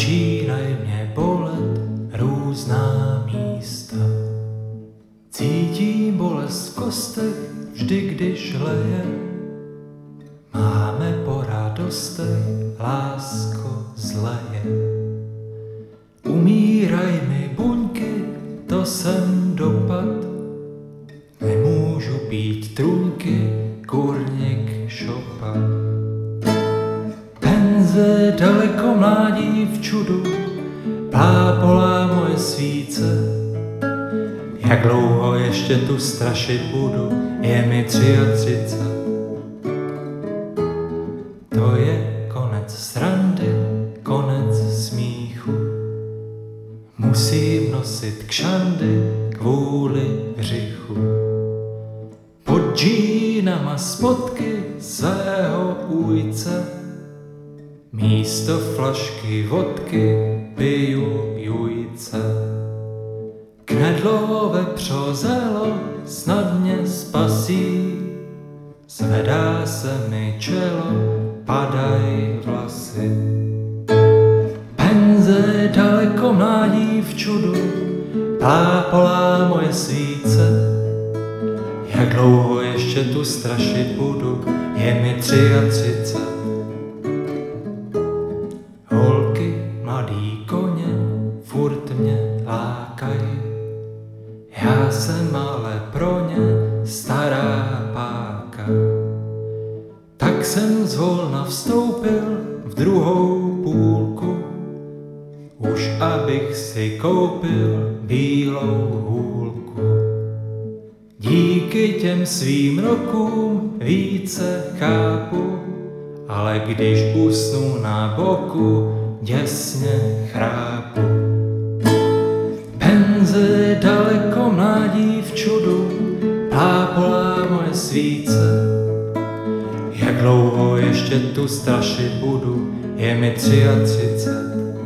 začínají mě bolet různá místa. Cítím bolest v kostech vždy, když leje. Máme po radostech, lásko, zleje. Umíraj mi buňky, to jsem dopad. Nemůžu pít trůnky, kurník šopat. Penze daleko mládí v čudu, plápolá moje svíce. Jak dlouho ještě tu strašit budu, je mi 33. To je konec srandy, konec smíchu. Musím nosit kšandy kvůli hřichu. Pod džínama spotky svého újce. Místo flašky vodky piju jujce. Knedlo vepřo zelo snad mě spasí. Zvedá se mi čelo, padaj vlasy. Penze daleko mládí v čudu, plápolá moje svíce. Jak dlouho ještě tu strašit budu, je mi 33. Holky, mladý koně, furt mě lákají. Já jsem ale pro ně stará páka. Tak jsem zvolna vstoupil v druhou půlku, už abych si koupil bílou hůlku. Díky těm svým rokům více chápu, ale když usnu na boku, děsně chrápu. Penze daleko mládí v čudu, plápolá moje svíce. Jak dlouho ještě tu strašit budu, je mi 33.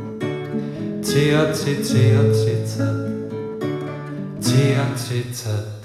33.